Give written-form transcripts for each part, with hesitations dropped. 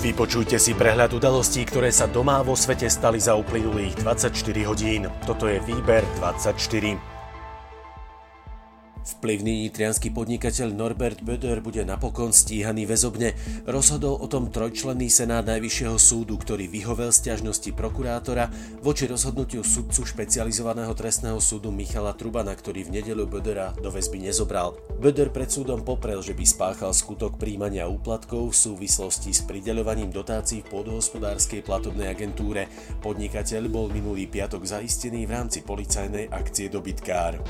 Vypočujte si prehľad udalostí, ktoré sa doma vo svete stali za uplynulých 24 hodín. Toto je Výber 24. Vplyvný nitriansky podnikateľ Norbert Böder bude napokon stíhaný väzobne. Rozhodol o tom trojčlenný senát Najvyššieho súdu, ktorý vyhovel sťažnosti prokurátora voči rozhodnutiu sudcu špecializovaného trestného súdu Michala Trubana, ktorý v nedeľu Bödera do väzby nezobral. Böder pred súdom poprel, že by spáchal skutok prijímania úplatkov v súvislosti s prideľovaním dotácií v pôdohospodárskej platobnej agentúre. Podnikateľ bol minulý piatok zaistený v rámci policajnej akcie Dobytkár.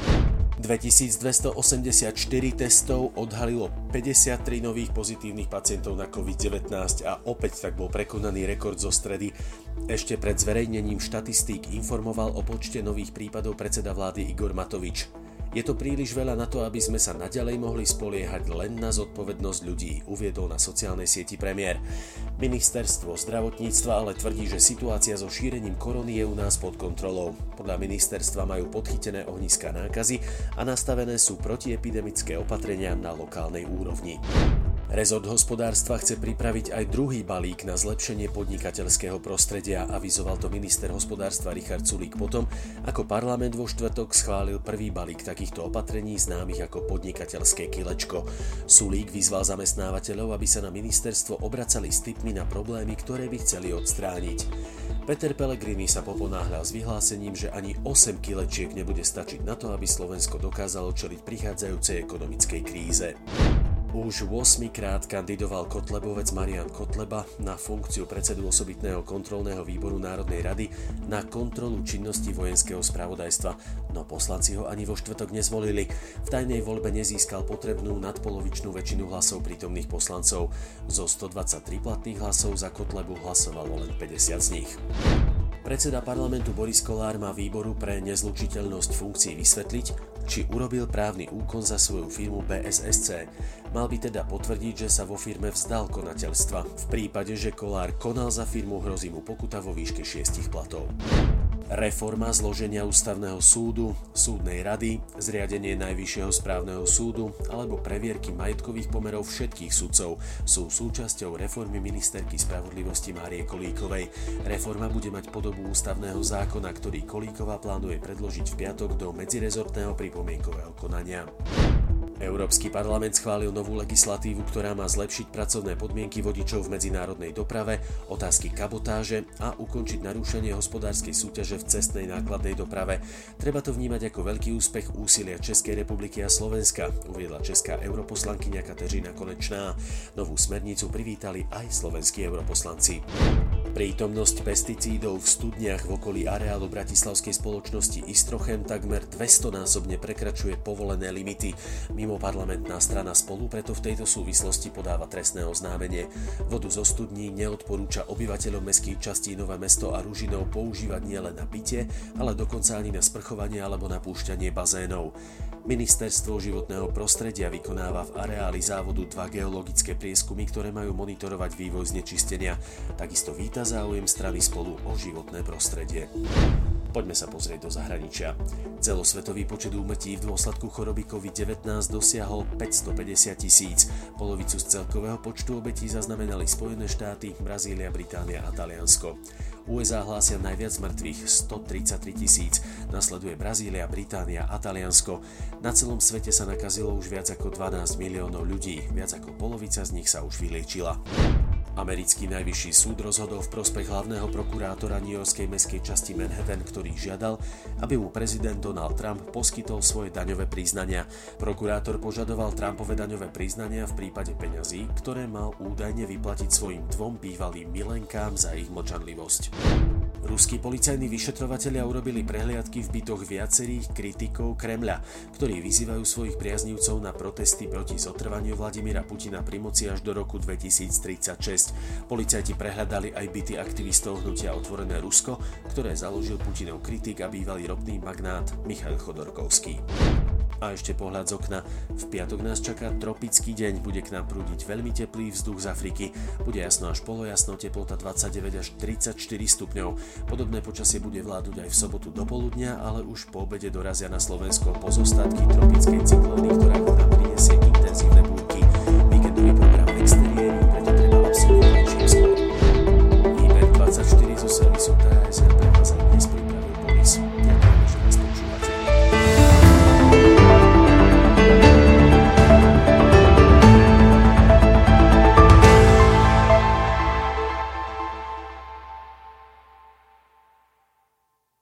2284 testov odhalilo 53 nových pozitívnych pacientov na COVID-19 a opäť tak bol prekonaný rekord zo stredy. Ešte pred zverejnením štatistík informoval o počte nových prípadov predseda vlády Igor Matovič. Je to príliš veľa na to, aby sme sa naďalej mohli spoliehať len na zodpovednosť ľudí, uviedol na sociálnej sieti premiér. Ministerstvo zdravotníctva ale tvrdí, že situácia so šírením korony je u nás pod kontrolou. Podľa ministerstva majú podchytené ohniská nákazy a nastavené sú protiepidemické opatrenia na lokálnej úrovni. Rezort hospodárstva chce pripraviť aj druhý balík na zlepšenie podnikateľského prostredia, avizoval to minister hospodárstva Richard Sulík potom, ako parlament vo štvrtok schválil prvý balík takýchto opatrení známych ako podnikateľské kilečko. Sulík vyzval zamestnávateľov, aby sa na ministerstvo obracali s tipmi na problémy, ktoré by chceli odstrániť. Peter Pellegrini sa poponáhľal s vyhlásením, že ani 8 kilečiek nebude stačiť na to, aby Slovensko dokázalo čeliť prichádzajúcej ekonomickej kríze. Už 8-krát kandidoval Kotlebovec Marian Kotleba na funkciu predsedu osobitného kontrolného výboru Národnej rady na kontrolu činnosti vojenského spravodajstva, no poslanci ho ani vo štvrtok nezvolili. V tajnej voľbe nezískal potrebnú nadpolovičnú väčšinu hlasov prítomných poslancov. Zo 123 platných hlasov za Kotlebu hlasovalo len 50 z nich. Predseda parlamentu Boris Kollár má výboru pre nezlučiteľnosť funkcií vysvetliť, či urobil právny úkon za svoju firmu BSSC. Mal by teda potvrdiť, že sa vo firme vzdal konateľstva. V prípade, že Kollár konal za firmu, hrozí mu pokuta vo výške 6 platov. Reforma zloženia ústavného súdu, súdnej rady, zriadenie Najvyššieho správneho súdu alebo previerky majetkových pomerov všetkých sudcov sú súčasťou reformy ministerky spravodlivosti Márie Kolíkovej. Reforma bude mať podobu ústavného zákona, ktorý Kolíková plánuje predložiť v piatok do medzirezortného pripomienkového konania. Európsky parlament schválil novú legislatívu, ktorá má zlepšiť pracovné podmienky vodičov v medzinárodnej doprave, otázky kabotáže a ukončiť narušenie hospodárskej súťaže v cestnej nákladnej doprave. Treba to vnímať ako veľký úspech úsilia Českej republiky a Slovenska, uviedla česká europoslankyňa Kateřina Konečná. Novú smernicu privítali aj slovenskí europoslanci. Prítomnosť pesticídov v studniach v okolí areálu bratislavskej spoločnosti Istrochem takmer 200-násobne prekračuje povolené limity. Mimoparlamentná strana Spolu preto v tejto súvislosti podáva trestné oznámenie. Vodu zo studní neodporúča obyvateľom mestských častí Nové Mesto a Ružinov používať nielen na pitie, ale dokonca ani na sprchovanie alebo na púšťanie bazénov. Ministerstvo životného prostredia vykonáva v areáli závodu 2 geologické prieskumy, ktoré majú monitorovať vývoj znečistenia. Takisto víta záujem strany Spolu o životné prostredie. Poďme sa pozrieť do zahraničia. Celosvetový počet úmrtí v dôsledku choroby COVID-19 dosiahol 550 000. Polovicu z celkového počtu obetí zaznamenali Spojené štáty, Brazília, Británia a Taliansko. USA hlásia najviac mŕtvych 133 000, nasleduje Brazília, Británia a Taliansko. Na celom svete sa nakazilo už viac ako 12 miliónov ľudí, viac ako polovica z nich sa už vyliečila. Americký najvyšší súd rozhodol v prospech hlavného prokurátora newyorskej mestskej časti Manhattan, ktorý žiadal, aby mu prezident Donald Trump poskytol svoje daňové priznania. Prokurátor požadoval Trumpove daňové priznania v prípade peňazí, ktoré mal údajne vyplatiť svojim 2 bývalým milenkám za ich mlčanlivosť. Ruskí policajní vyšetrovatelia urobili prehliadky v bytoch viacerých kritikov Kremľa, ktorí vyzývajú svojich priaznivcov na protesty proti zotrvaniu Vladimíra Putina pri moci až do roku 2036. Policajti prehľadali aj byty aktivistov hnutia Otvorené Rusko, ktoré založil Putinov kritik a bývalý ropný magnát Michail Chodorkovský. A ešte pohľad z okna. V piatok nás čaká tropický deň, bude k nám prúdiť veľmi teplý vzduch z Afriky. Bude jasno až polojasno, teplota 29 až 34 stupňov. Podobné počasie bude vládnuť aj v sobotu do poludnia, ale už po obede dorazia na Slovensko pozostatky tropickej cyklóny, ktorá nám prinesie intenzívne